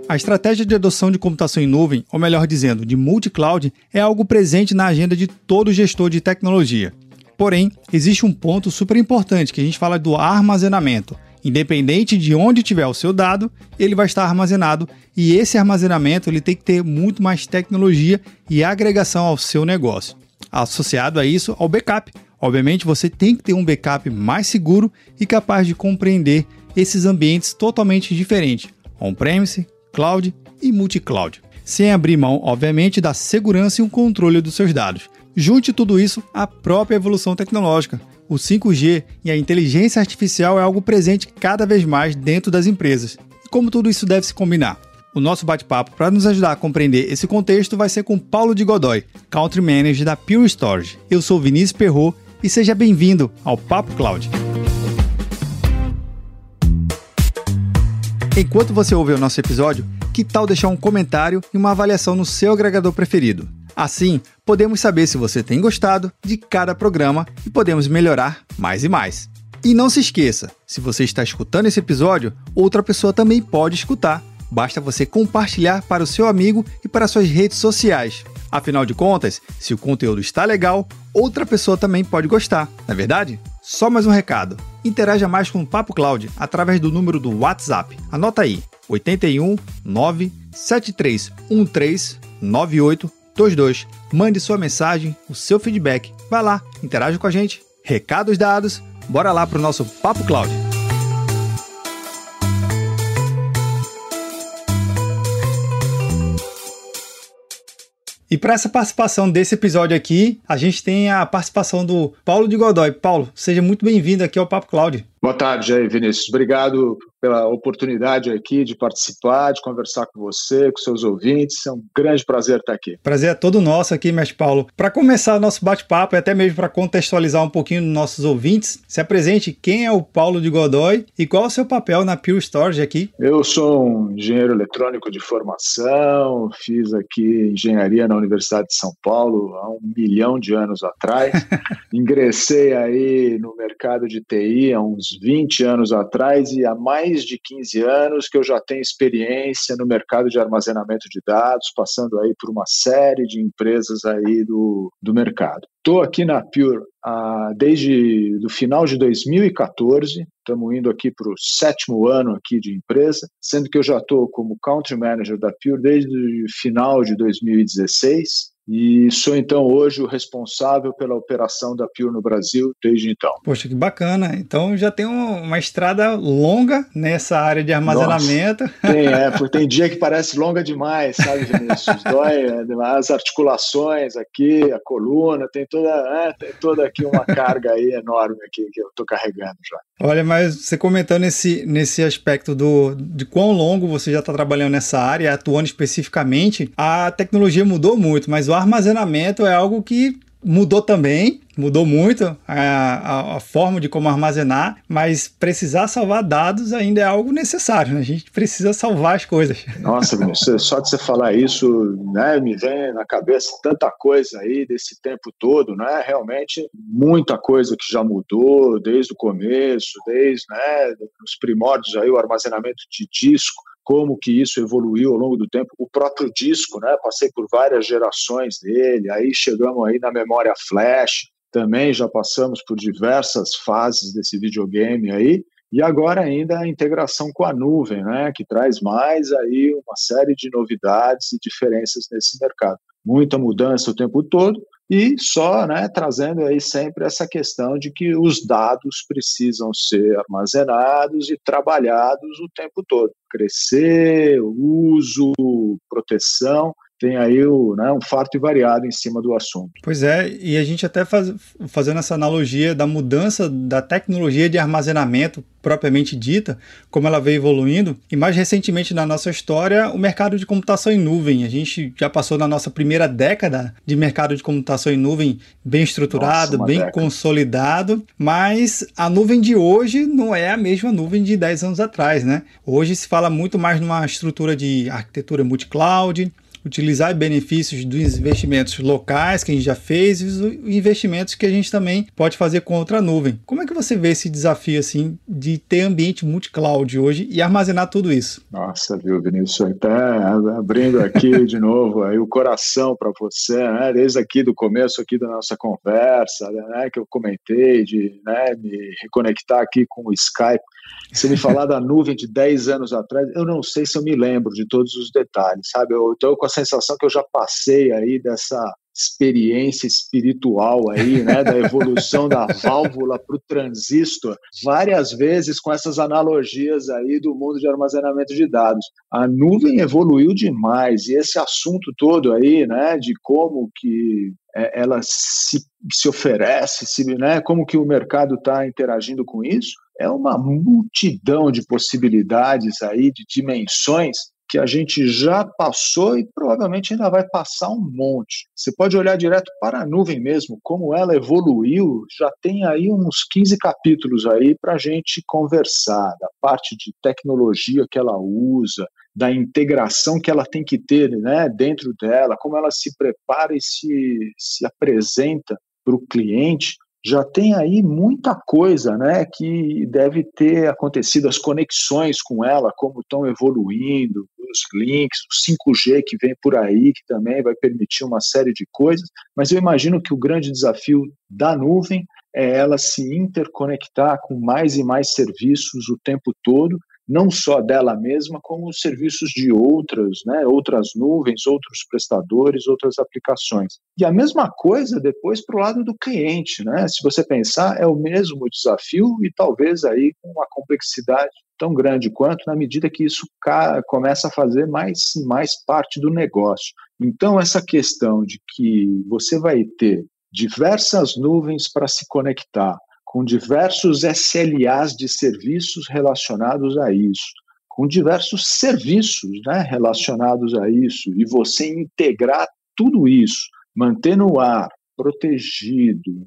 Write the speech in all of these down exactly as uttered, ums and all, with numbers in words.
A estratégia de adoção de computação em nuvem, ou melhor dizendo, de multi-cloud, é algo presente na agenda de todo gestor de tecnologia. Porém, existe um ponto super importante que a gente fala do armazenamento. Independente de onde tiver o seu dado, ele vai estar armazenado e esse armazenamento ele tem que ter muito mais tecnologia e agregação ao seu negócio. Associado a isso, ao backup. Obviamente, você tem que ter um backup mais seguro e capaz de compreender esses ambientes totalmente diferentes, on-premise, cloud e multi-cloud, sem abrir mão, obviamente, da segurança e o controle dos seus dados. Junte tudo isso à própria evolução tecnológica. O cinco G e a inteligência artificial é algo presente cada vez mais dentro das empresas. E como tudo isso deve se combinar? O nosso bate-papo para nos ajudar a compreender esse contexto vai ser com Paulo de Godoy, Country Manager da Pure Storage. Eu sou Vinícius Perrot e seja bem-vindo ao Papo Cloud. Enquanto você ouve o nosso episódio, que tal deixar um comentário e uma avaliação no seu agregador preferido? Assim, podemos saber se você tem gostado de cada programa e podemos melhorar mais e mais. E não se esqueça, se você está escutando esse episódio, outra pessoa também pode escutar. Basta você compartilhar para o seu amigo e para suas redes sociais. Afinal de contas, se o conteúdo está legal, outra pessoa também pode gostar, não é verdade? Só mais um recado. Interaja mais com o Papo Cloud através do número do WhatsApp. Anota aí, oito um nove sete três um três nove oito dois dois. Mande sua mensagem, o seu feedback. Vai lá, interaja com a gente. Recados dados, bora lá para o nosso Papo Cloud. E para essa participação desse episódio aqui, a gente tem a participação do Paulo de Godoy. Paulo, seja muito bem-vindo aqui ao Papo Cloud. Boa tarde aí, Vinícius. Obrigado pela oportunidade aqui de participar, de conversar com você, com seus ouvintes. É um grande prazer estar aqui. Prazer é todo nosso aqui, mestre Paulo. Para começar o nosso bate-papo e até mesmo para contextualizar um pouquinho dos nossos ouvintes, se apresente quem é o Paulo de Godoy e qual é o seu papel na Pure Storage aqui. Eu sou um engenheiro eletrônico de formação, fiz aqui engenharia na Universidade de São Paulo há um milhão de anos atrás. Ingressei aí no mercado de T I há uns vinte anos atrás e há mais de quinze anos que eu já tenho experiência no mercado de armazenamento de dados, passando aí por uma série de empresas aí do, do mercado. Estou aqui na Pure ah, desde o final de dois mil e quatorze, estamos indo aqui para o sétimo ano aqui de empresa, sendo que eu já estou como Country Manager da Pure desde o final de dois mil e dezesseis. E sou, então, hoje o responsável pela operação da Pure no Brasil desde então. Poxa, que bacana. Então, já tem uma estrada longa nessa área de armazenamento. Nossa, tem, é, porque tem dia que parece longa demais, sabe, Vinícius? Dói as articulações aqui, a coluna, tem toda, é, tem toda aqui uma carga aí enorme aqui que eu estou carregando já. Olha, mas você comentando nesse, nesse aspecto do, de quão longo você já está trabalhando nessa área, atuando especificamente, a tecnologia mudou muito, mas o armazenamento é algo que mudou também, mudou muito a, a, a forma de como armazenar, mas precisar salvar dados ainda é algo necessário, né? A gente precisa salvar as coisas. Nossa, Vinícius, só de você falar isso, né, me vem na cabeça tanta coisa aí desse tempo todo, né? Realmente muita coisa que já mudou desde o começo, desde, né, os primórdios aí, o armazenamento de disco, como que isso evoluiu ao longo do tempo, o próprio disco, né? Passei por várias gerações dele, aí chegamos aí na memória flash, também já passamos por diversas fases desse videogame aí, e agora ainda a integração com a nuvem, né? Que traz mais aí uma série de novidades e diferenças nesse mercado. Muita mudança o tempo todo, e só, né, trazendo aí sempre essa questão de que os dados precisam ser armazenados e trabalhados o tempo todo. Crescer, uso, proteção, tem aí o, né, um farto e variado em cima do assunto. Pois é, e a gente até faz, fazendo essa analogia da mudança da tecnologia de armazenamento propriamente dita, como ela veio evoluindo, e mais recentemente na nossa história, o mercado de computação em nuvem. A gente já passou na nossa primeira década de mercado de computação em nuvem bem estruturado, nossa, bem década. consolidado, mas a nuvem de hoje não é a mesma nuvem de dez anos atrás, né? Hoje se fala muito mais numa estrutura de arquitetura multi-cloud, utilizar benefícios dos investimentos locais que a gente já fez e os investimentos que a gente também pode fazer com outra nuvem. Como é que você vê esse desafio assim de ter ambiente multi-cloud hoje e armazenar tudo isso? Nossa, viu, Vinícius, até abrindo aqui de novo aí o coração para você, né? Desde aqui do começo aqui da nossa conversa, né, que eu comentei de, né, me reconectar aqui com o Skype. Se me falar da nuvem de dez anos atrás, eu não sei se eu me lembro de todos os detalhes, sabe? Eu estou com a sensação que eu já passei aí dessa experiência espiritual aí, né, da evolução da válvula para o transistor, várias vezes com essas analogias aí do mundo de armazenamento de dados. A nuvem evoluiu demais e esse assunto todo aí, né, de como que é, ela se, se oferece, se, né, como que o mercado está interagindo com isso, é uma multidão de possibilidades aí, de dimensões que a gente já passou e provavelmente ainda vai passar um monte. Você pode olhar direto para a nuvem mesmo, como ela evoluiu, já tem aí uns quinze capítulos aí para a gente conversar, da parte de tecnologia que ela usa, da integração que ela tem que ter, né, dentro dela, como ela se prepara e se, se apresenta para o cliente. Já tem aí muita coisa, né, que deve ter acontecido, as conexões com ela, como estão evoluindo, os links, o cinco G que vem por aí, que também vai permitir uma série de coisas, mas eu imagino que o grande desafio da nuvem é ela se interconectar com mais e mais serviços o tempo todo, não só dela mesma, como os serviços de outras, né, outras nuvens, outros prestadores, outras aplicações. E a mesma coisa depois para o lado do cliente, né? Se você pensar, é o mesmo desafio e talvez aí com uma complexidade tão grande quanto, na medida que isso começa a fazer mais e mais parte do negócio. Então, essa questão de que você vai ter diversas nuvens para se conectar, com diversos S L As de serviços relacionados a isso, com diversos serviços, né, relacionados a isso, e você integrar tudo isso, manter no ar, protegido,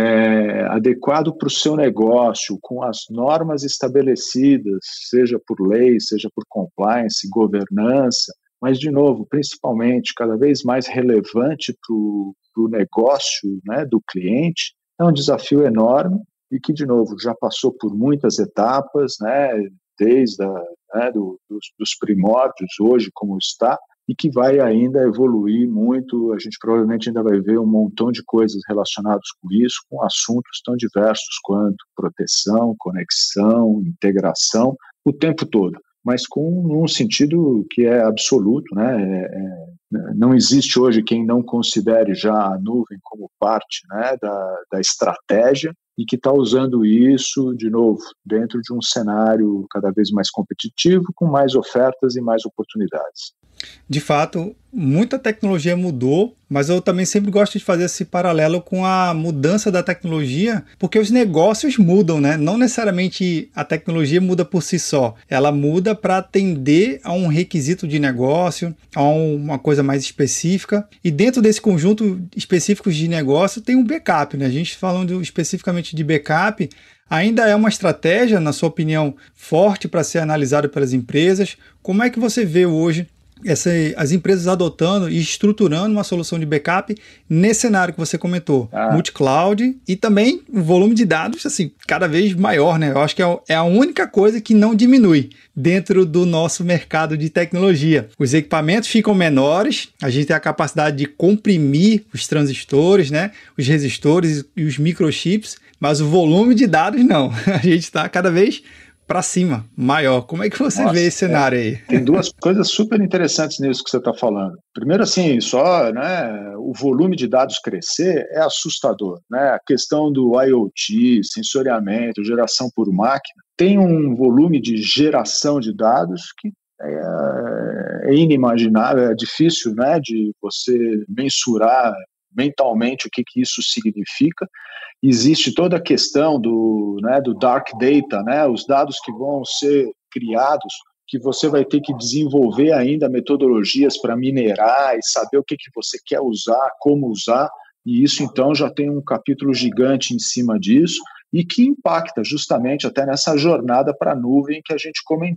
é, adequado para o seu negócio, com as normas estabelecidas, seja por lei, seja por compliance, governança, mas, de novo, principalmente, cada vez mais relevante para o negócio, né, do cliente, é um desafio enorme e que, de novo, já passou por muitas etapas, né, desde a, né, do, dos, dos primórdios, hoje como está, e que vai ainda evoluir muito. A gente provavelmente ainda vai ver um montão de coisas relacionadas com isso, com assuntos tão diversos quanto proteção, conexão, integração, o tempo todo, mas com um sentido que é absoluto, né? É, é, não existe hoje quem não considere já a nuvem como parte, né, da, da estratégia e que está usando isso, de novo, dentro de um cenário cada vez mais competitivo, com mais ofertas e mais oportunidades. De fato, muita tecnologia mudou, mas eu também sempre gosto de fazer esse paralelo com a mudança da tecnologia, porque os negócios mudam, né? Não necessariamente a tecnologia muda por si só, ela muda para atender a um requisito de negócio, a uma coisa mais específica, e dentro desse conjunto específico de negócio tem um backup, né? A gente falando especificamente de backup, ainda é uma estratégia, na sua opinião, forte para ser analisada pelas empresas. Como é que você vê hoje Essa, as empresas adotando e estruturando uma solução de backup nesse cenário que você comentou, ah. multi-cloud e também o volume de dados assim, cada vez maior, né? Eu acho que é a única coisa que não diminui dentro do nosso mercado de tecnologia. Os equipamentos ficam menores, a gente tem a capacidade de comprimir os transistores, né? Os resistores e os microchips, mas o volume de dados não. A gente está cada vez para cima, maior. Como é que você Nossa, vê esse cenário é, aí? Tem duas coisas super interessantes nisso que você está falando. Primeiro, assim, só, né, o volume de dados crescer é assustador, né? A questão do IoT, sensoriamento, geração por máquina, tem um volume de geração de dados que é, é inimaginável, é difícil, né, de você mensurar mentalmente o que, que isso significa. Existe toda a questão do, né, do dark data, né, os dados que vão ser criados, que você vai ter que desenvolver ainda metodologias para minerar e saber o que, que você quer usar, como usar, e isso então já tem um capítulo gigante em cima disso e que impacta justamente até nessa jornada para a nuvem que a gente comentou.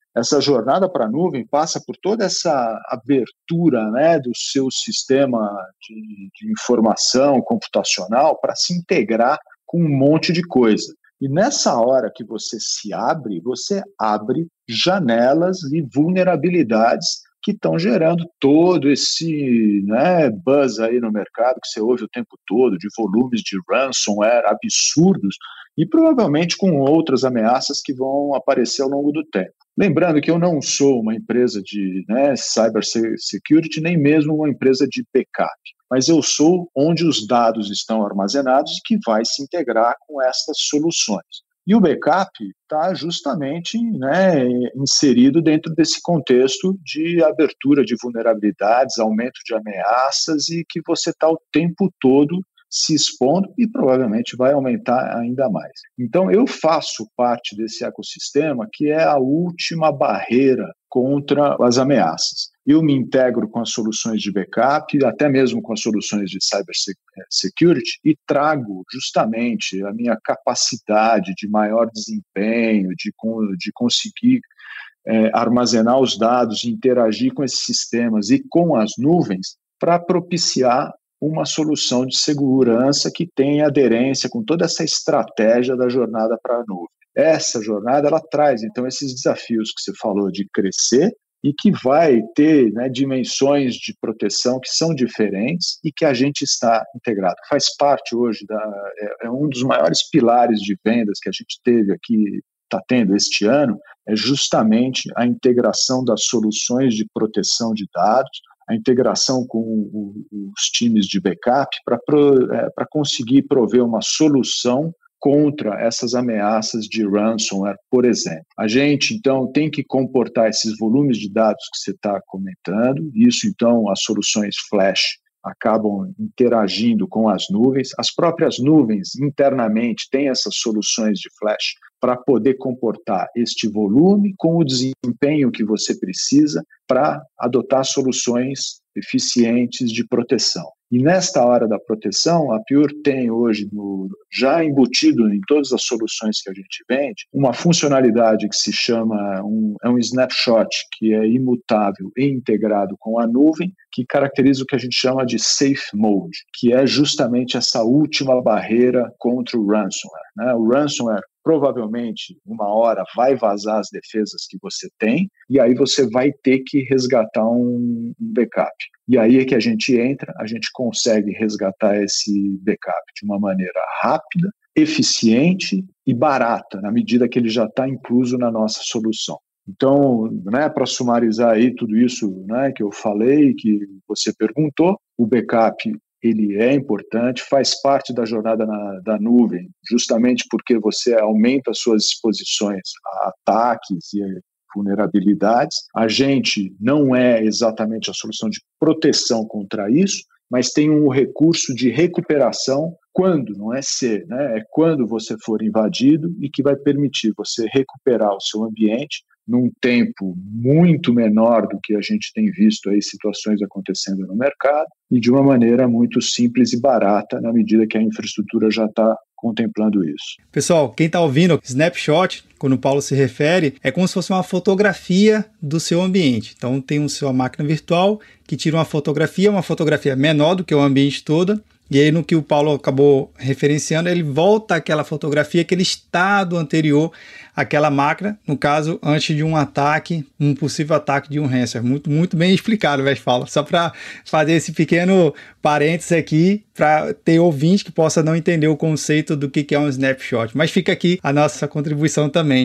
Essa jornada para a nuvem passa por toda essa abertura, né, do seu sistema de, de informação computacional para se integrar com um monte de coisa. E nessa hora que você se abre, você abre janelas e vulnerabilidades que estão gerando todo esse, né, buzz aí no mercado que você ouve o tempo todo, de volumes de ransomware absurdos e provavelmente com outras ameaças que vão aparecer ao longo do tempo. Lembrando que eu não sou uma empresa de, né, cybersecurity, nem mesmo uma empresa de backup, mas eu sou onde os dados estão armazenados e que vai se integrar com essas soluções. E o backup está justamente, né, inserido dentro desse contexto de abertura de vulnerabilidades, aumento de ameaças e que você está o tempo todo se expondo e provavelmente vai aumentar ainda mais. Então, eu faço parte desse ecossistema que é a última barreira contra as ameaças. Eu me integro com as soluções de backup, até mesmo com as soluções de cybersecurity, e trago justamente a minha capacidade de maior desempenho, de, de conseguir é, armazenar os dados, interagir com esses sistemas e com as nuvens para propiciar uma solução de segurança que tenha aderência com toda essa estratégia da jornada para a nuvem. Essa jornada, ela traz, então, esses desafios que você falou de crescer e que vai ter, né, dimensões de proteção que são diferentes e que a gente está integrado. Faz parte hoje, da, é, é um dos maiores pilares de vendas que a gente teve aqui, está tendo este ano, é justamente a integração das soluções de proteção de dados, a integração com os times de backup para para conseguir prover uma solução contra essas ameaças de ransomware, por exemplo. A gente, então, tem que comportar esses volumes de dados que você está comentando, isso, então, as soluções flash acabam interagindo com as nuvens. As próprias nuvens, internamente, têm essas soluções de flash para poder comportar este volume com o desempenho que você precisa para adotar soluções eficientes de proteção. E nesta hora da proteção, a Pure tem hoje, no, já embutido em todas as soluções que a gente vende, uma funcionalidade que se chama, um, é um snapshot, que é imutável e integrado com a nuvem, que caracteriza o que a gente chama de safe mode, que é justamente essa última barreira contra o ransomware, né? O ransomware provavelmente, uma hora, vai vazar as defesas que você tem, e aí você vai ter que resgatar um, um backup. E aí é que a gente entra, a gente consegue resgatar esse backup de uma maneira rápida, eficiente e barata, na medida que ele já está incluso na nossa solução. Então, né, para sumarizar aí tudo isso, né, que eu falei, que você perguntou, o backup ele é importante, faz parte da jornada na, da nuvem, justamente porque você aumenta as suas exposições a ataques e vulnerabilidades. A gente não é exatamente a solução de proteção contra isso, mas tem um recurso de recuperação quando, não é ser, né? É quando você for invadido e que vai permitir você recuperar o seu ambiente num tempo muito menor do que a gente tem visto aí situações acontecendo no mercado e de uma maneira muito simples e barata na medida que a infraestrutura já está contemplando isso. Pessoal, quem está ouvindo, snapshot, quando o Paulo se refere, é como se fosse uma fotografia do seu ambiente. Então tem a sua máquina virtual que tira uma fotografia, uma fotografia menor do que o ambiente todo, e aí no que o Paulo acabou referenciando, ele volta àquela fotografia, aquele estado anterior àquela máquina, no caso, antes de um ataque, um possível ataque de um ransomware. Muito, muito bem explicado, Westphal. Só para fazer esse pequeno parênteses aqui, para ter ouvinte que possa não entender o conceito do que é um snapshot. Mas fica aqui a nossa contribuição também.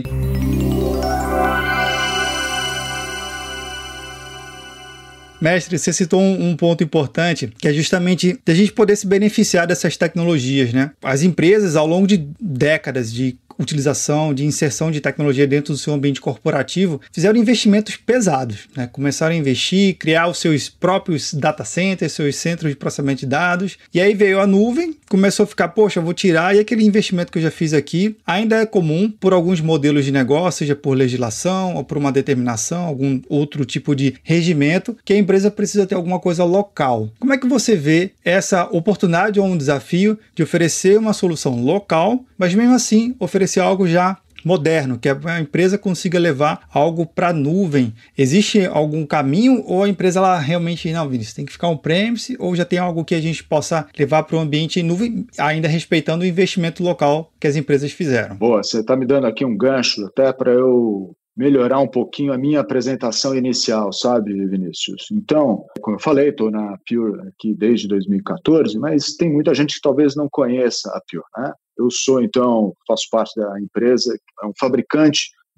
Mestre, você citou um, um ponto importante, que é justamente a gente poder se beneficiar dessas tecnologias, né? As empresas, ao longo de décadas de utilização, de inserção de tecnologia dentro do seu ambiente corporativo, fizeram investimentos pesados, né? Começaram a investir, criar os seus próprios data centers, seus centros de processamento de dados, e aí veio a nuvem, começou a ficar, poxa, eu vou tirar, e aquele investimento que eu já fiz aqui ainda é comum por alguns modelos de negócio, seja por legislação ou por uma determinação, algum outro tipo de regimento, que a empresa precisa ter alguma coisa local. Como é que você vê essa oportunidade ou um desafio de oferecer uma solução local, mas mesmo assim oferecer algo já moderno, que a empresa consiga levar algo para a nuvem. Existe algum caminho ou a empresa ela realmente, não, Vinícius, tem que ficar on-premise ou já tem algo que a gente possa levar para o ambiente em nuvem, ainda respeitando o investimento local que as empresas fizeram? Boa, você está me dando aqui um gancho até para eu melhorar um pouquinho a minha apresentação inicial, sabe, Vinícius? Então, como eu falei, estou na Pure aqui desde dois mil e quatorze, mas tem muita gente que talvez não conheça a Pure, né? Eu sou, então, faço parte da empresa, é um fabricante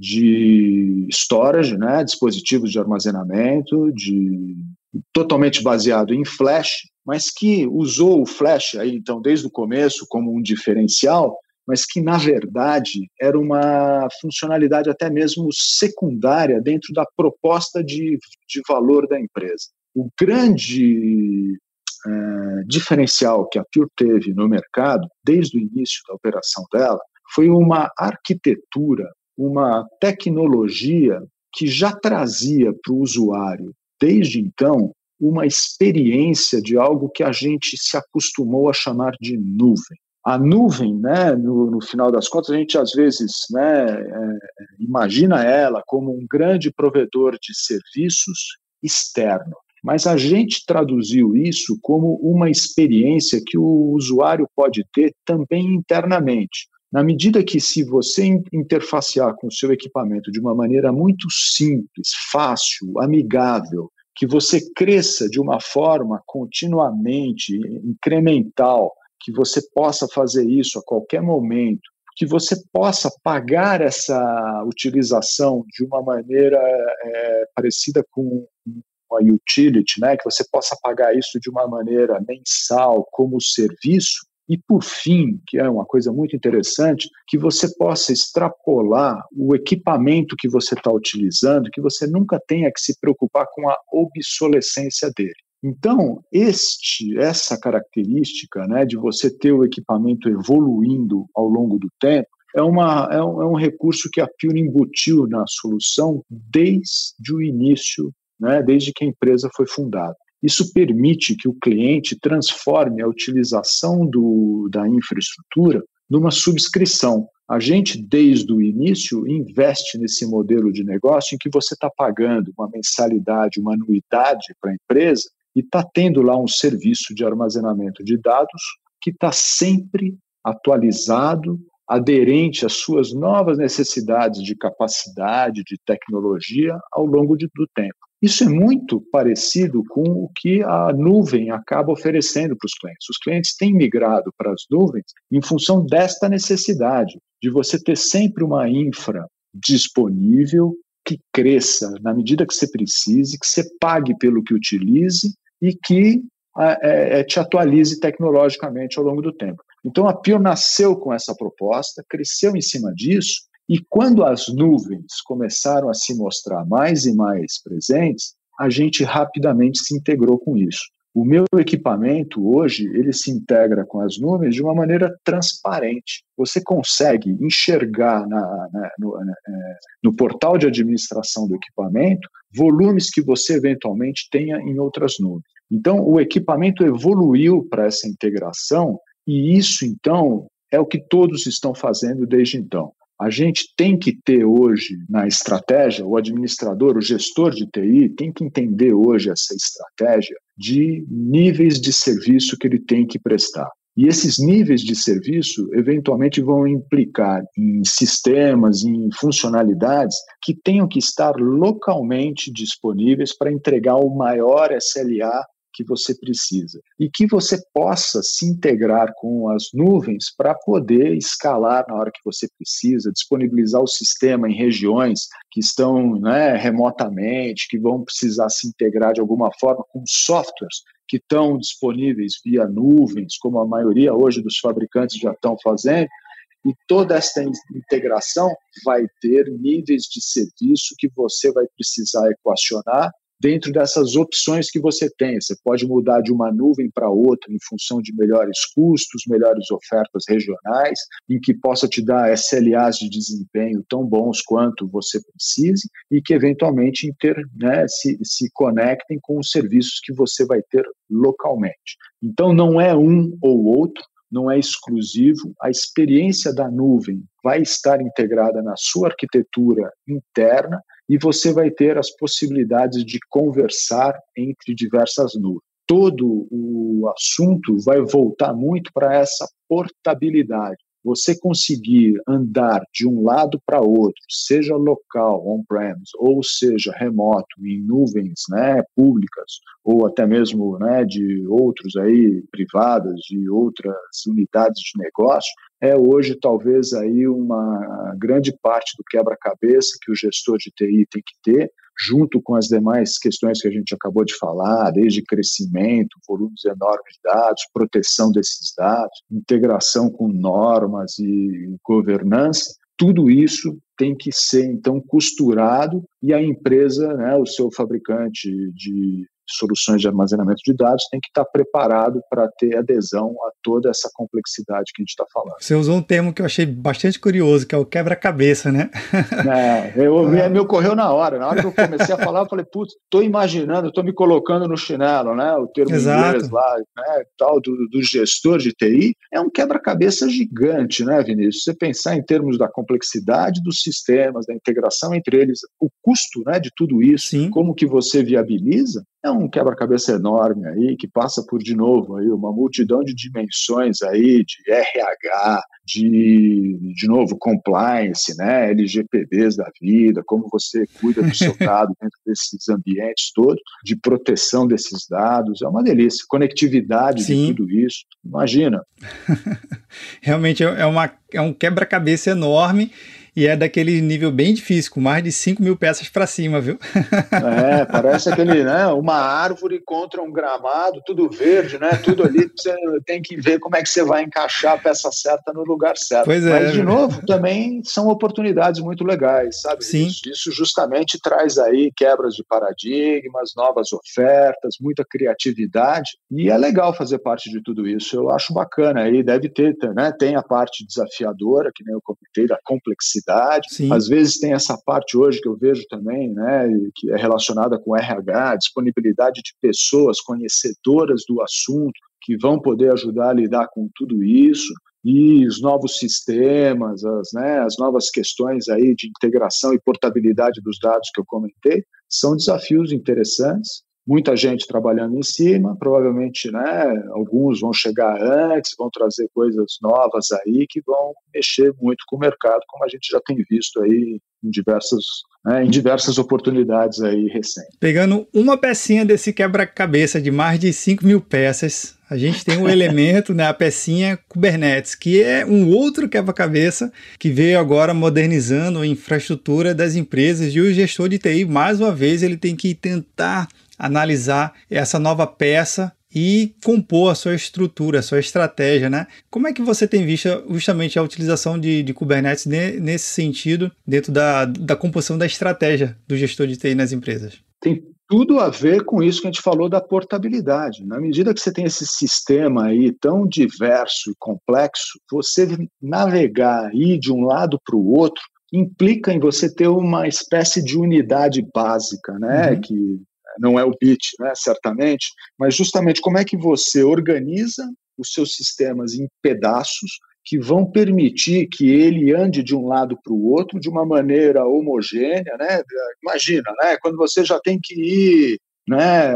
de storage, né, dispositivos de armazenamento, de, totalmente baseado em flash, mas que usou o flash aí, então, desde o começo como um diferencial, mas que, na verdade, era uma funcionalidade até mesmo secundária dentro da proposta de, de valor da empresa. O grande é, diferencial que a Pure teve no mercado, desde o início da operação dela, foi uma arquitetura, uma tecnologia que já trazia para o usuário, desde então, uma experiência de algo que a gente se acostumou a chamar de nuvem. A nuvem, né, no, no final das contas, a gente às vezes, né, é, imagina ela como um grande provedor de serviços externo, mas a gente traduziu isso como uma experiência que o usuário pode ter também internamente. Na medida que, se você interfacear com o seu equipamento de uma maneira muito simples, fácil, amigável, que você cresça de uma forma continuamente incremental, que você possa fazer isso a qualquer momento, que você possa pagar essa utilização de uma maneira é, parecida com uma utility, né? Que você possa pagar isso de uma maneira mensal como serviço, e por fim, que é uma coisa muito interessante, que você possa extrapolar o equipamento que você está utilizando, que você nunca tenha que se preocupar com a obsolescência dele. Então, este, essa característica, né, de você ter o equipamento evoluindo ao longo do tempo, é, uma, é, um, é um recurso que a Pure embutiu na solução desde o início, né, desde que a empresa foi fundada. Isso permite que o cliente transforme a utilização do, da infraestrutura numa subscrição. A gente, desde o início, investe nesse modelo de negócio em que você está pagando uma mensalidade, uma anuidade para a empresa, e está tendo lá um serviço de armazenamento de dados que está sempre atualizado, aderente às suas novas necessidades de capacidade, de tecnologia ao longo de, do tempo. Isso é muito parecido com o que a nuvem acaba oferecendo para os clientes. Os clientes têm migrado para as nuvens em função desta necessidade, de você ter sempre uma infra disponível, que cresça na medida que você precise, que você pague pelo que utilize, e que é, é, te atualize tecnologicamente ao longo do tempo. Então, a Pure nasceu com essa proposta, cresceu em cima disso, e quando as nuvens começaram a se mostrar mais e mais presentes, a gente rapidamente se integrou com isso. O meu equipamento, hoje, ele se integra com as nuvens de uma maneira transparente. Você consegue enxergar na, na, no, na, no portal de administração do equipamento volumes que você eventualmente tenha em outras nuvens. Então, o equipamento evoluiu para essa integração e isso, então, é o que todos estão fazendo desde então. A gente tem que ter hoje na estratégia, o administrador, o gestor de T I, tem que entender hoje essa estratégia de níveis de serviço que ele tem que prestar. E esses níveis de serviço, eventualmente, vão implicar em sistemas, em funcionalidades que tenham que estar localmente disponíveis para entregar o maior S L A que você precisa. E que você possa se integrar com as nuvens para poder escalar na hora que você precisa, disponibilizar o sistema em regiões que estão, né, remotamente, que vão precisar se integrar de alguma forma com softwares que estão disponíveis via nuvens, como a maioria hoje dos fabricantes já estão fazendo, e toda essa integração vai ter níveis de serviço que você vai precisar equacionar dentro dessas opções que você tem. Você pode mudar de uma nuvem para outra em função de melhores custos, melhores ofertas regionais, em que possa te dar S L As de desempenho tão bons quanto você precise e que eventualmente inter, né, se, se conectem com os serviços que você vai ter localmente. Então não é um ou outro, não é exclusivo, a experiência da nuvem vai estar integrada na sua arquitetura interna e você vai ter as possibilidades de conversar entre diversas nuvens. Todo o assunto vai voltar muito para essa portabilidade. Você conseguir andar de um lado para outro, seja local, on-premise, ou seja remoto, em nuvens, né, públicas, ou até mesmo, né, de outros aí, privadas, de outras unidades de negócio, é hoje talvez aí uma grande parte do quebra-cabeça que o gestor de T I tem que ter, junto com as demais questões que a gente acabou de falar, desde crescimento, volumes enormes de dados, proteção desses dados, integração com normas e governança, tudo isso tem que ser, então, costurado e a empresa, né, o seu fabricante de soluções de armazenamento de dados tem que estar preparado para ter adesão a toda essa complexidade que a gente está falando. Você usou um termo que eu achei bastante curioso, que é o quebra-cabeça, né? É, eu ouvi, me ocorreu na hora. Na hora que eu comecei a falar, eu falei, putz, estou imaginando, estou me colocando no chinelo, né? O termo Exato. inglês lá, né? Tal, do, do gestor de T I, é um quebra-cabeça gigante, né, Vinícius? Você pensar em termos da complexidade dos sistemas, da integração entre eles, o custo, né, de tudo isso, Sim. como que você viabiliza, é um quebra-cabeça enorme aí, que passa por, de novo, aí, uma multidão de dimensões aí, de R H, de, de novo, compliance, né, L G P Ds da vida, como você cuida do seu dado dentro desses ambientes todos, de proteção desses dados, é uma delícia. Conectividade Sim. de tudo isso, imagina. Realmente é, uma, é um quebra-cabeça enorme. E é daquele nível bem difícil, com mais de cinco mil peças para cima, viu? É, parece aquele, né, uma árvore contra um gramado, tudo verde, né? Tudo ali, você tem que ver como é que você vai encaixar a peça certa no lugar certo. Pois é, Mas, de novo, também são oportunidades muito legais, sabe? Sim. Isso, isso justamente traz aí quebras de paradigmas, novas ofertas, muita criatividade, e é legal fazer parte de tudo isso. Eu acho bacana aí, deve ter, né? Tem a parte desafiadora, que nem eu comentei, da complexidade. Sim. Às vezes tem essa parte hoje que eu vejo também, né, que é relacionada com R H, disponibilidade de pessoas conhecedoras do assunto que vão poder ajudar a lidar com tudo isso, e os novos sistemas, as, né, as novas questões aí de integração e portabilidade dos dados que eu comentei, são desafios interessantes. Muita gente trabalhando em cima, provavelmente, né, alguns vão chegar antes, vão trazer coisas novas aí que vão mexer muito com o mercado, como a gente já tem visto aí em diversas, né, em diversas oportunidades aí recentes. Pegando uma pecinha desse quebra-cabeça de mais de cinco mil peças, a gente tem um elemento, né, a pecinha Kubernetes, que é um outro quebra-cabeça que veio agora modernizando a infraestrutura das empresas, e o gestor de T I, mais uma vez, ele tem que tentar analisar essa nova peça e compor a sua estrutura, a sua estratégia, né? Como é que você tem visto justamente a utilização de, de Kubernetes ne, nesse sentido, dentro da, da composição da estratégia do gestor de T I nas empresas? Tem tudo a ver com isso que a gente falou da portabilidade. Na medida que você tem esse sistema aí tão diverso e complexo, você navegar aí de um lado para o outro implica em você ter uma espécie de unidade básica, né? Uhum. Que não é o bit, né, certamente, mas justamente como é que você organiza os seus sistemas em pedaços que vão permitir que ele ande de um lado para o outro de uma maneira homogênea, né? Imagina, né, quando você já tem que ir, né,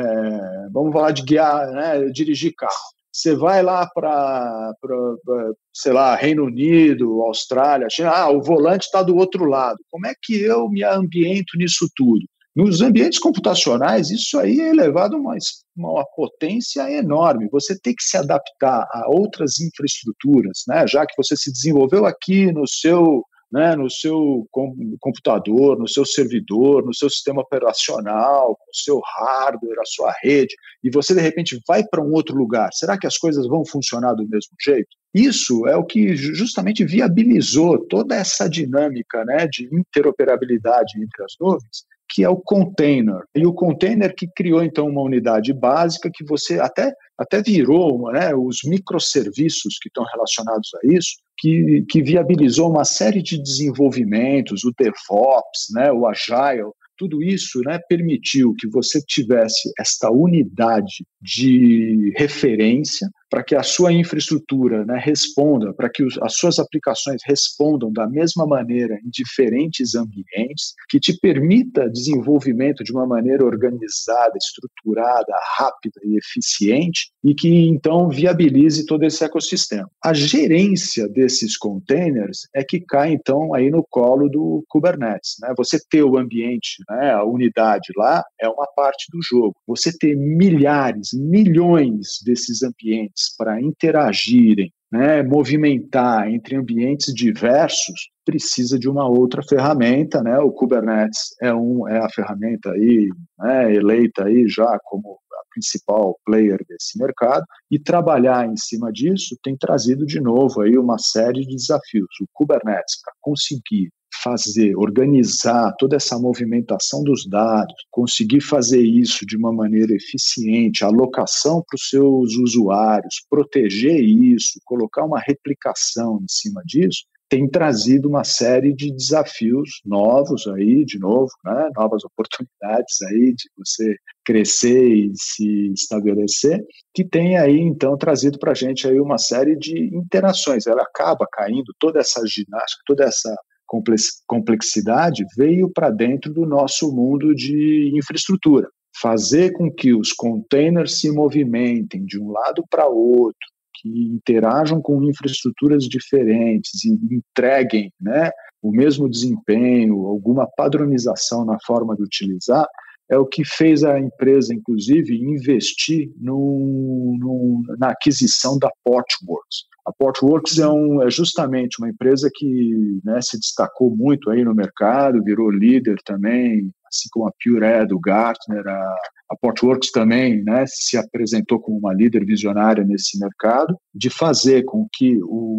é, vamos falar de guiar, né, dirigir carro. Você vai lá para, sei lá, Reino Unido, Austrália, China, ah, o volante está do outro lado. Como é que eu me ambiento nisso tudo? Nos ambientes computacionais, isso aí é elevado a uma, uma potência enorme. Você tem que se adaptar a outras infraestruturas, né? Já que você se desenvolveu aqui no seu, né, no seu computador, no seu servidor, no seu sistema operacional, no seu hardware, a sua rede, e você, de repente, vai para um outro lugar. Será que as coisas vão funcionar do mesmo jeito? Isso é o que justamente viabilizou toda essa dinâmica, né, de interoperabilidade entre as nuvens, que é o container. E o container que criou, então, uma unidade básica que você até, até virou, né, os microserviços que estão relacionados a isso, que, que viabilizou uma série de desenvolvimentos, o DevOps, né, o Agile, tudo isso, né, permitiu que você tivesse esta unidade de referência para que a sua infraestrutura, né, responda, para que os, as suas aplicações respondam da mesma maneira em diferentes ambientes, que te permita desenvolvimento de uma maneira organizada, estruturada, rápida e eficiente, e que então viabilize todo esse ecossistema. A gerência desses containers é que cai então aí no colo do Kubernetes, né? Você ter o ambiente, né, a unidade lá é uma parte do jogo. Você ter milhares, milhões desses ambientes para interagirem, né, movimentar entre ambientes diversos, precisa de uma outra ferramenta, né? O Kubernetes é, um, é a ferramenta aí, né, eleita aí já como a principal player desse mercado, e trabalhar em cima disso tem trazido de novo aí uma série de desafios. O Kubernetes, para conseguir fazer, organizar toda essa movimentação dos dados, conseguir fazer isso de uma maneira eficiente, alocação para os seus usuários, proteger isso, colocar uma replicação em cima disso, tem trazido uma série de desafios novos aí, de novo, né? Novas oportunidades aí de você crescer e se estabelecer, que tem aí, então, trazido para a gente aí uma série de interações. Ela acaba caindo, toda essa ginástica, toda essa complexidade veio para dentro do nosso mundo de infraestrutura. Fazer com que os containers se movimentem de um lado para outro, que interajam com infraestruturas diferentes e entreguem, né, o mesmo desempenho, alguma padronização na forma de utilizar, é o que fez a empresa, inclusive, investir no, no, na aquisição da Portworx. A Portworx é, um, é justamente uma empresa que, né, se destacou muito aí no mercado, virou líder também, assim como a Pure do Gartner. A, a Portworx também, né, se apresentou como uma líder visionária nesse mercado, de fazer com que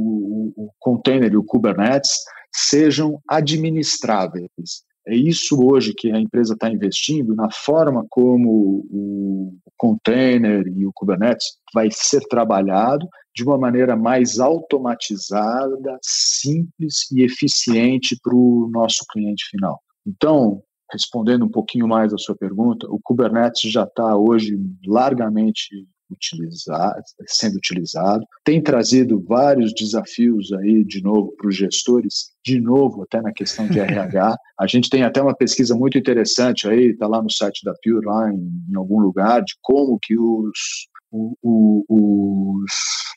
o, o container e o Kubernetes sejam administráveis. É isso hoje que a empresa está investindo na forma como o container e o Kubernetes vai ser trabalhado de uma maneira mais automatizada, simples e eficiente para o nosso cliente final. Então, respondendo um pouquinho mais a sua pergunta, o Kubernetes já está hoje largamente utilizado, sendo utilizado, tem trazido vários desafios aí, de novo, para os gestores, de novo, até na questão de R H. A gente tem até uma pesquisa muito interessante aí, está lá no site da Pure, lá em, em algum lugar, de como que os, o, o, os,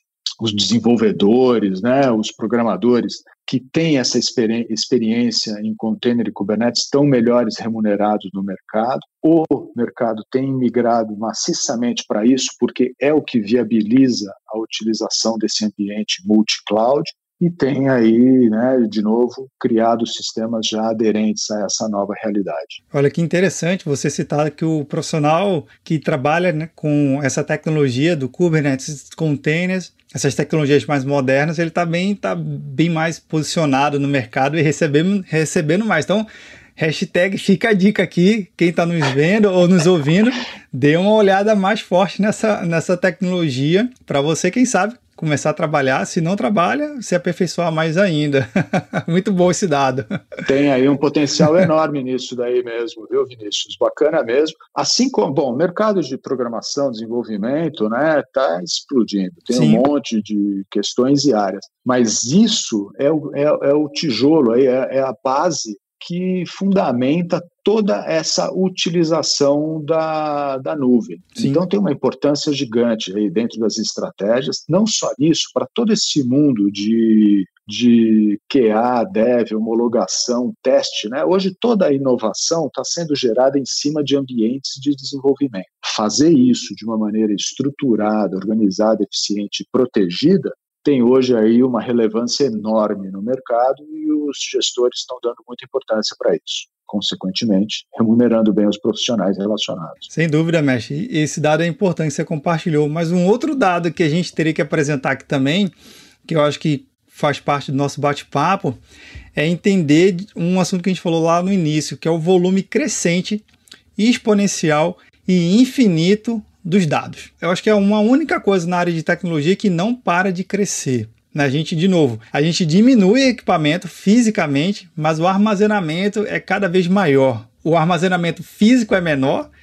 os desenvolvedores, né, os programadores que têm essa experi- experiência em container e Kubernetes estão melhores remunerados no mercado. O mercado tem migrado maciçamente para isso, porque é o que viabiliza a utilização desse ambiente multi-cloud, e tem aí, né, de novo, criado sistemas já aderentes a essa nova realidade. Olha que interessante você citar que o profissional que trabalha, né, com essa tecnologia do Kubernetes, containers, essas tecnologias mais modernas, ele tá bem, tá bem mais posicionado no mercado e recebendo, recebendo mais. Então, hashtag fica a dica aqui, quem está nos vendo ou nos ouvindo, dê uma olhada mais forte nessa, nessa tecnologia para você, quem sabe, começar a trabalhar. Se não trabalha, se aperfeiçoar mais ainda. Muito bom esse dado. Tem aí um potencial enorme nisso daí mesmo, viu, Vinícius? Bacana mesmo. Assim como, bom, o mercado de programação, desenvolvimento, né, tá explodindo. Tem Sim. um monte de questões e áreas. Mas isso é o, é, é o tijolo, aí, é, é a base que fundamenta toda essa utilização da, da nuvem. Sim. Então tem uma importância gigante aí dentro das estratégias, não só isso, para todo esse mundo de, de Q A, Dev, homologação, teste, né? Hoje toda a inovação está sendo gerada em cima de ambientes de desenvolvimento. Fazer isso de uma maneira estruturada, organizada, eficiente e protegida tem hoje aí uma relevância enorme no mercado e os gestores estão dando muita importância para isso, consequentemente, remunerando bem os profissionais relacionados. Sem dúvida, mestre. Esse dado é importante que você compartilhou, mas um outro dado que a gente teria que apresentar aqui também, que eu acho que faz parte do nosso bate-papo, é entender um assunto que a gente falou lá no início, que é o volume crescente, exponencial e infinito dos dados. Eu acho que é uma única coisa na área de tecnologia que não para de crescer. A gente, de novo, a gente diminui o equipamento fisicamente, mas o armazenamento é cada vez maior. O armazenamento físico é menor,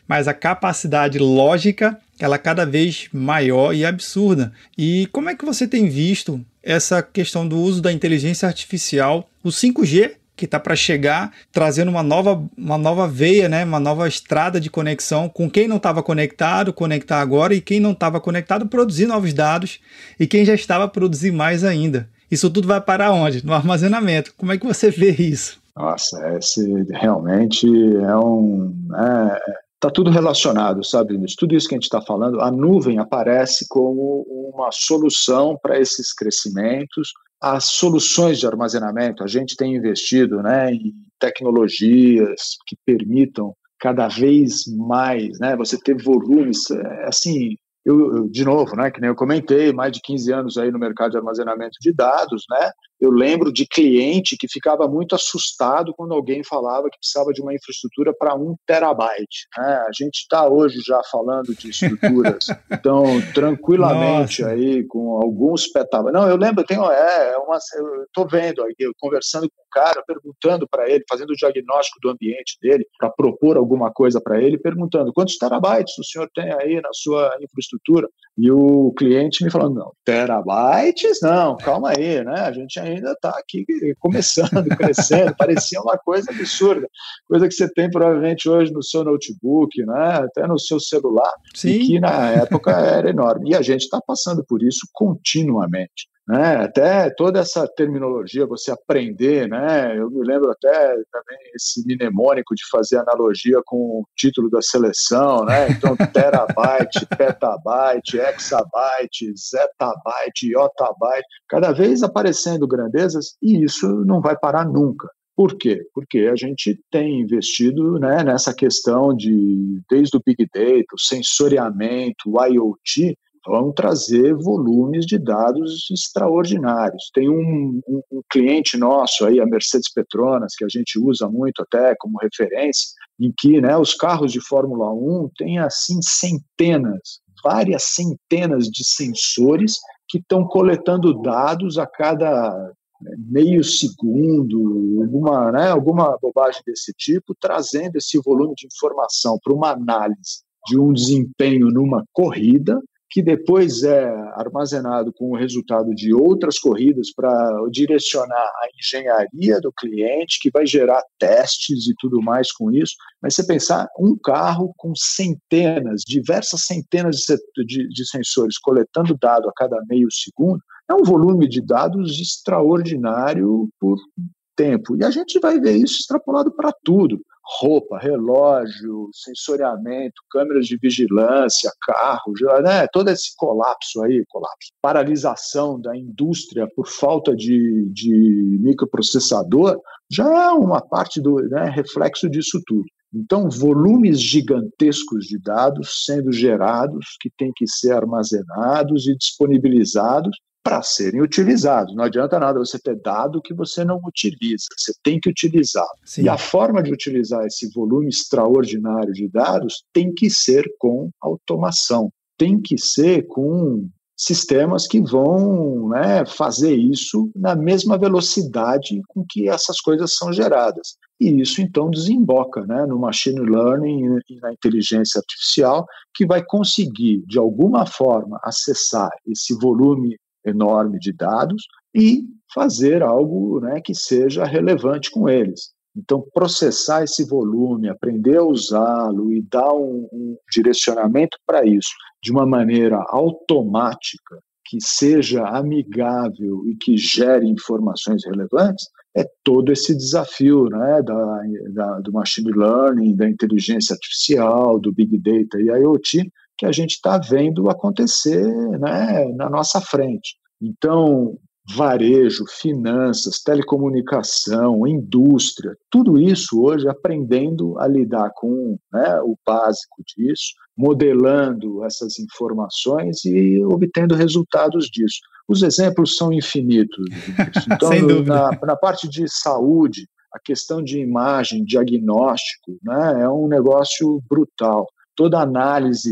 mas a capacidade lógica ela é cada vez maior e absurda. E como é que você tem visto essa questão do uso da inteligência artificial, o cinco G, que está para chegar, trazendo uma nova, uma nova veia, né? Uma nova estrada de conexão com quem não estava conectado, conectar agora, e quem não estava conectado, produzir novos dados, e quem já estava, produzir mais ainda. Isso tudo vai parar onde? No armazenamento. Como é que você vê isso? Nossa, esse realmente é um... É, tá tudo relacionado, sabe? Tudo isso que a gente está falando, a nuvem aparece como uma solução para esses crescimentos. As soluções de armazenamento, a gente tem investido, né, em tecnologias que permitam cada vez mais, né, você ter volumes, assim, eu, eu, de novo, né, que nem eu comentei, mais de quinze anos aí no mercado de armazenamento de dados, né, eu lembro de cliente que ficava muito assustado quando alguém falava que precisava de uma infraestrutura para um terabyte. Né? A gente está hoje já falando de estruturas, então, tranquilamente Nossa. aí, com alguns petabytes. Não, eu lembro, eu tenho, é, uma, eu estou vendo aí, eu conversando com o cara, perguntando para ele, fazendo o diagnóstico do ambiente dele, para propor alguma coisa para ele, perguntando quantos terabytes o senhor tem aí na sua infraestrutura? E o cliente me falando, não, terabytes? Não, calma aí, né? A gente ainda está aqui começando, crescendo, parecia uma coisa absurda, coisa que você tem provavelmente hoje no seu notebook, né? Até no seu celular, Sim. E que na época era enorme. E a gente está passando por isso continuamente. Né? Até toda essa terminologia, você aprender, né? Eu me lembro até também esse mnemônico de fazer analogia com o título da seleção, né? Então, terabyte, petabyte, hexabyte, zetabyte, yottabyte, cada vez aparecendo grandezas, e isso não vai parar nunca. Por quê? Porque a gente tem investido, né, nessa questão de, desde o Big Data, o sensoriamento, o IoT, vão trazer volumes de dados extraordinários. Tem um, um, um cliente nosso, aí, a Mercedes Petronas, que a gente usa muito até como referência, em que, né, os carros de Fórmula um têm assim centenas, várias centenas de sensores que estão coletando dados a cada meio segundo, alguma, né, alguma bobagem desse tipo, trazendo esse volume de informação para uma análise de um desempenho numa corrida, que depois é armazenado com o resultado de outras corridas para direcionar a engenharia do cliente, que vai gerar testes e tudo mais com isso. Mas você pensar, um carro com centenas, diversas centenas de, de, de sensores coletando dado a cada meio segundo, é um volume de dados extraordinário por tempo. E a gente vai ver isso extrapolado para tudo. Roupa, relógio, sensoriamento, câmeras de vigilância, carro, né? Todo esse colapso aí, colapso, paralisação da indústria por falta de, de microprocessador, já é uma parte do, né, reflexo disso tudo. Então, volumes gigantescos de dados sendo gerados, que têm que ser armazenados e disponibilizados para serem utilizados. Não adianta nada você ter dado que você não utiliza, você tem que utilizar. Sim. E a forma de utilizar esse volume extraordinário de dados tem que ser com automação, tem que ser com sistemas que vão, né, fazer isso na mesma velocidade com que essas coisas são geradas. E isso, então, desemboca, né, no machine learning e na inteligência artificial, que vai conseguir, de alguma forma, acessar esse volume enorme de dados e fazer algo, né, que seja relevante com eles. Então, processar esse volume, aprender a usá-lo e dar um, um direcionamento para isso de uma maneira automática, que seja amigável e que gere informações relevantes, é todo esse desafio, né, da, da, do machine learning, da inteligência artificial, do big data e IoT, que a gente está vendo acontecer, né, na nossa frente. Então, varejo, finanças, telecomunicação, indústria, tudo isso hoje aprendendo a lidar com, né, o básico disso, modelando essas informações e obtendo resultados disso. Os exemplos são infinitos. Então, Sem dúvida. Na, na parte de saúde, a questão de imagem, diagnóstico, né, é um negócio brutal. Toda análise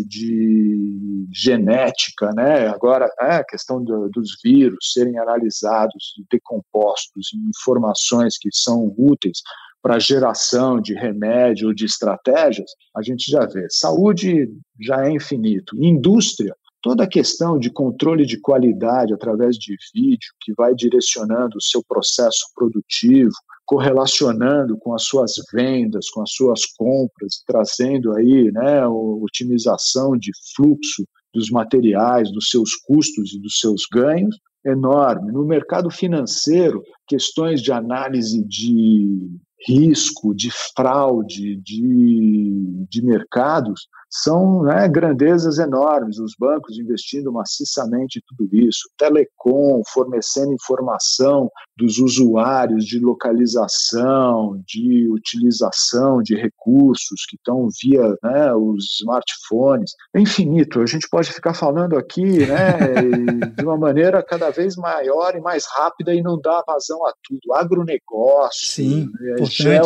de genética, né? Agora é a questão do, dos vírus serem analisados e decompostos em informações que são úteis para geração de remédio, de estratégias, a gente já vê. Saúde já é infinito. Indústria, toda a questão de controle de qualidade através de vídeo, que vai direcionando o seu processo produtivo, correlacionando com as suas vendas, com as suas compras, trazendo aí, né, a otimização de fluxo dos materiais, dos seus custos e dos seus ganhos, enorme. No mercado financeiro, questões de análise de risco, de fraude, de, de mercados, são, né, grandezas enormes, os bancos investindo maciçamente em tudo isso, telecom fornecendo informação dos usuários de localização, de utilização de recursos que estão via, né, os smartphones, é infinito, a gente pode ficar falando aqui, né, de uma maneira cada vez maior e mais rápida e não dar vazão a tudo, agronegócio, Sim, é,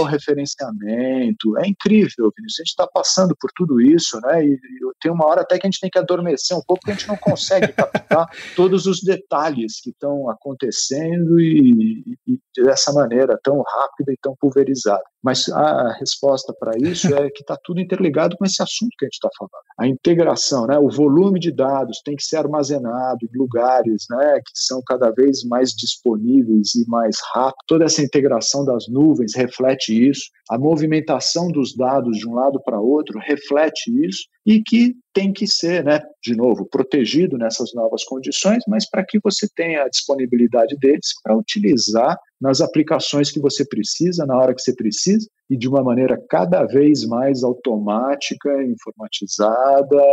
georreferenciamento, é incrível, Vinícius, a gente está passando por tudo isso, né? E tem uma hora até que a gente tem que adormecer um pouco, porque a gente não consegue captar todos os detalhes que estão acontecendo e, e, e dessa maneira tão rápida e tão pulverizada. Mas a resposta para isso é que está tudo interligado com esse assunto que a gente está falando. A integração, né? O volume de dados tem que ser armazenado em lugares, né, que são cada vez mais disponíveis e mais rápido. Toda essa integração das nuvens reflete isso. A movimentação dos dados de um lado para outro reflete isso e que tem que ser, né, de novo, protegido nessas novas condições, mas para que você tenha a disponibilidade deles para utilizar nas aplicações que você precisa, na hora que você precisa, e de uma maneira cada vez mais automática, informatizada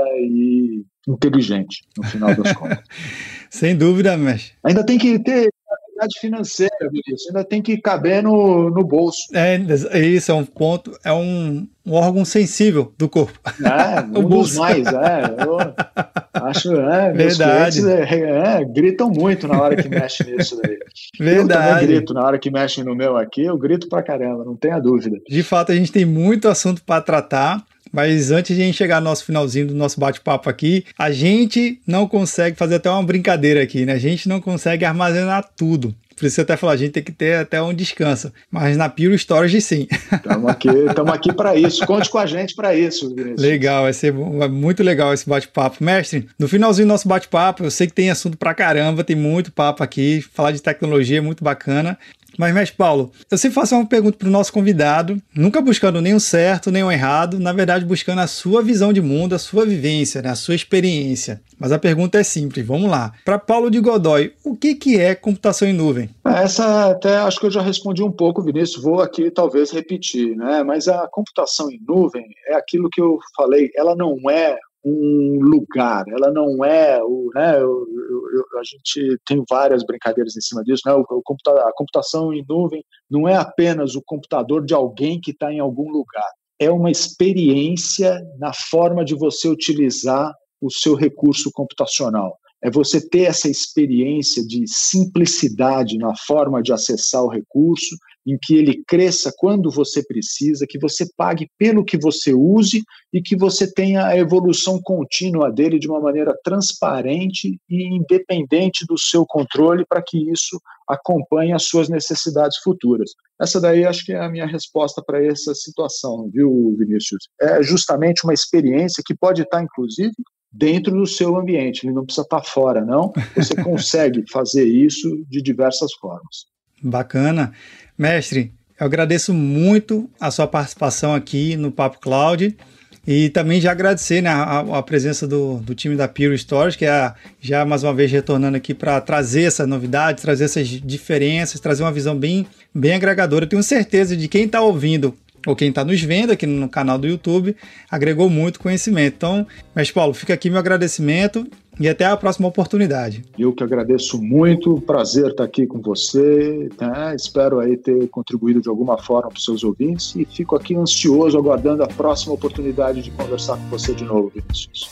e inteligente, no final das contas. Sem dúvida, mestre. Ainda tem que ter atividade financeira, Vinícius, ainda tem que caber no, no bolso. É, isso é um ponto, é um, um órgão sensível do corpo. É, um o bolso. Dos mais, é. Eu acho, é, meus Verdade. clientes é, é, gritam muito na hora que mexe nisso daí. Verdade. Eu também grito na hora que mexe no meu aqui, eu grito pra caramba, não tenha dúvida. De fato, a gente tem muito assunto para tratar. Mas antes de a gente chegar no nosso finalzinho do nosso bate-papo aqui, a gente não consegue fazer até uma brincadeira aqui, né? A gente não consegue armazenar tudo. Por isso você até falou, a gente tem que ter até um descanso. Mas na Pure Storage, sim. Estamos aqui, estamos aqui para isso. Conte com a gente para isso, Vinícius. Legal, vai ser muito legal esse bate-papo. Mestre, no finalzinho do nosso bate-papo, eu sei que tem assunto pra caramba, tem muito papo aqui. Falar de tecnologia é muito bacana. Mas, mestre Paulo, eu sempre faço uma pergunta para o nosso convidado, nunca buscando nem o certo, nem o errado, na verdade buscando a sua visão de mundo, a sua vivência, né, a sua experiência. Mas a pergunta é simples, vamos lá. Para Paulo de Godoy, o que, que é computação em nuvem? Essa até acho que eu já respondi um pouco, Vinícius, vou aqui talvez repetir, né? Mas a computação em nuvem é aquilo que eu falei, ela não é um lugar, ela não é o, né, eu, eu, a gente tem várias brincadeiras em cima disso, né, o, o computa, a computação em nuvem não é apenas o computador de alguém que está em algum lugar, é uma experiência na forma de você utilizar o seu recurso computacional. É você ter essa experiência de simplicidade na forma de acessar o recurso, em que ele cresça quando você precisa, que você pague pelo que você use e que você tenha a evolução contínua dele de uma maneira transparente e independente do seu controle para que isso acompanhe as suas necessidades futuras. Essa daí acho que é a minha resposta para essa situação, viu, Vinícius? É justamente uma experiência que pode estar, inclusive, dentro do seu ambiente, ele não precisa estar fora, não. Você consegue fazer isso de diversas formas. Bacana. Mestre, eu agradeço muito a sua participação aqui no Papo Cloud e também já agradecer, né, a, a presença do, do time da Pure Storage, que é já mais uma vez retornando aqui para trazer essa novidade, trazer essas diferenças, trazer uma visão bem, bem agregadora. Eu tenho certeza de quem está ouvindo ou quem está nos vendo aqui no canal do YouTube, agregou muito conhecimento. Então, mestre Paulo, fica aqui meu agradecimento e até a próxima oportunidade. Eu que agradeço muito, prazer estar aqui com você, né? Espero aí ter contribuído de alguma forma para os seus ouvintes e fico aqui ansioso, aguardando a próxima oportunidade de conversar com você de novo, Vinícius.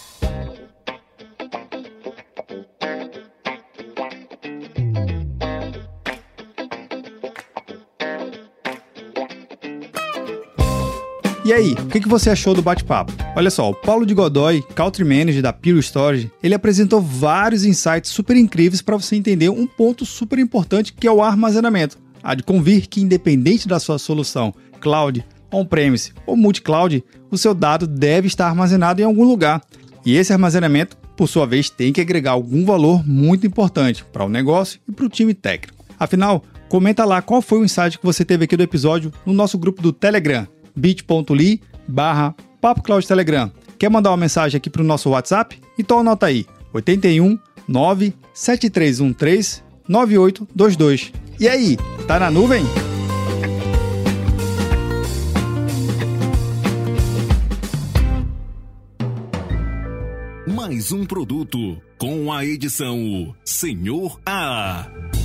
E aí, o que você achou do bate-papo? Olha só, o Paulo de Godoy, Country Manager da Pure Storage, ele apresentou vários insights super incríveis para você entender um ponto super importante que é o armazenamento. Há de convir que, independente da sua solução, cloud, on-premise ou multi-cloud, o seu dado deve estar armazenado em algum lugar. E esse armazenamento, por sua vez, tem que agregar algum valor muito importante para o negócio e para o time técnico. Afinal, comenta lá qual foi o insight que você teve aqui do episódio no nosso grupo do Telegram, bit.ly barra Papo Cloud Telegram. Quer mandar uma mensagem aqui para o nosso WhatsApp? Então anota aí, oito um nove sete três um três nove oito dois dois. E aí, tá na nuvem? Mais um produto com a edição Senhor A.